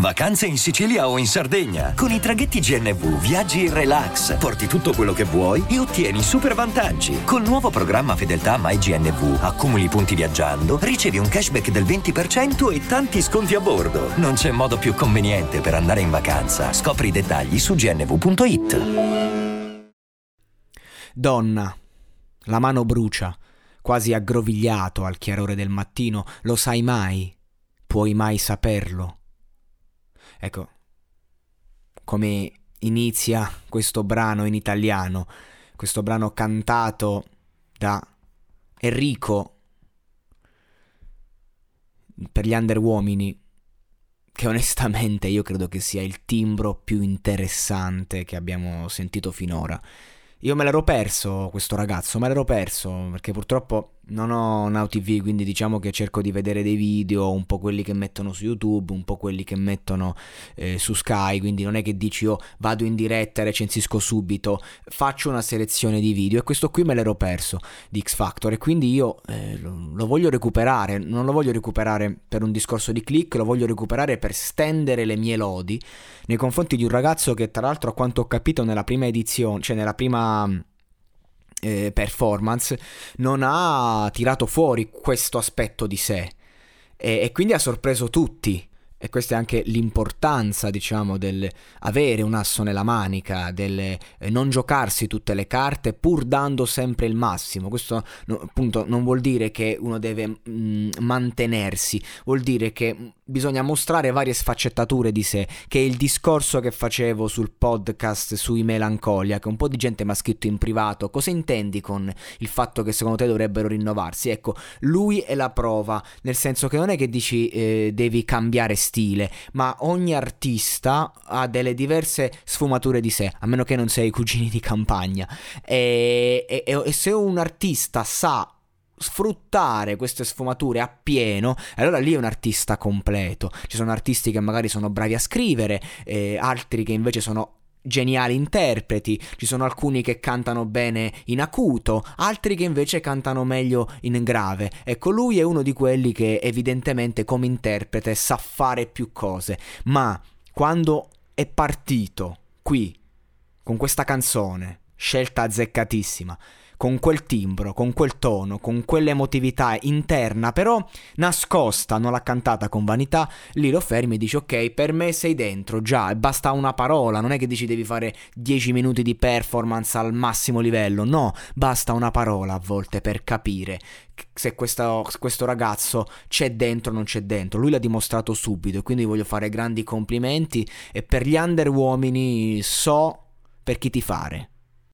Vacanze in Sicilia o in Sardegna. Con i traghetti GNV viaggi in relax, porti tutto quello che vuoi e ottieni super vantaggi. Col nuovo programma Fedeltà MyGNV accumuli punti viaggiando, ricevi un cashback del 20% e tanti sconti a bordo. Non c'è modo più conveniente per andare in vacanza. Scopri i dettagli su gnv.it. Donna, la mano brucia, quasi aggrovigliato al chiarore del mattino. Lo sai mai? Puoi mai saperlo? Ecco, come inizia questo brano in italiano, questo brano cantato da Enrico per gli Underuomini, che onestamente io credo che sia il timbro più interessante che abbiamo sentito finora. Io me l'ero perso questo ragazzo, perché purtroppo non ho Now TV, quindi diciamo che cerco di vedere dei video, un po' quelli che mettono su YouTube, un po' quelli che mettono su Sky, quindi non è che dici vado in diretta e recensisco subito, faccio una selezione di video, e questo qui me l'ero perso di X Factor, e quindi io lo voglio recuperare. Non lo voglio recuperare per un discorso di click, lo voglio recuperare per stendere le mie lodi nei confronti di un ragazzo che, tra l'altro, a quanto ho capito nella prima edizione, cioè nella prima performance, non ha tirato fuori questo aspetto di sé, e quindi ha sorpreso tutti. E questa è anche l'importanza, diciamo, del avere un asso nella manica, del non giocarsi tutte le carte pur dando sempre il massimo. Questo appunto non vuol dire che uno deve mantenersi, vuol dire che bisogna mostrare varie sfaccettature di sé, che è il discorso che facevo sul podcast sui Melancolia, che un po' di gente mi ha scritto in privato: cosa intendi con il fatto che secondo te dovrebbero rinnovarsi? Ecco, lui è la prova, nel senso che non è che dici devi cambiare stile, ma ogni artista ha delle diverse sfumature di sé, a meno che non sei i Cugini di Campagna, e se un artista sa sfruttare queste sfumature appieno, allora lì è un artista completo. Ci sono artisti che magari sono bravi a scrivere, altri che invece sono geniali interpreti, ci sono alcuni che cantano bene in acuto, altri che invece cantano meglio in grave. Ecco, lui è uno di quelli che evidentemente come interprete sa fare più cose, ma quando è partito qui con questa canzone, scelta azzeccatissima, con quel timbro, con quel tono, con quell'emotività interna però nascosta, non l'ha cantata con vanità, lì lo fermi e dici ok, per me sei dentro già, e basta una parola. Non è che dici devi fare 10 minuti di performance al massimo livello, no, basta una parola a volte per capire se questo ragazzo c'è dentro o non c'è dentro. Lui l'ha dimostrato subito, e quindi voglio fare grandi complimenti, e per gli Underuomini so per chi tifare.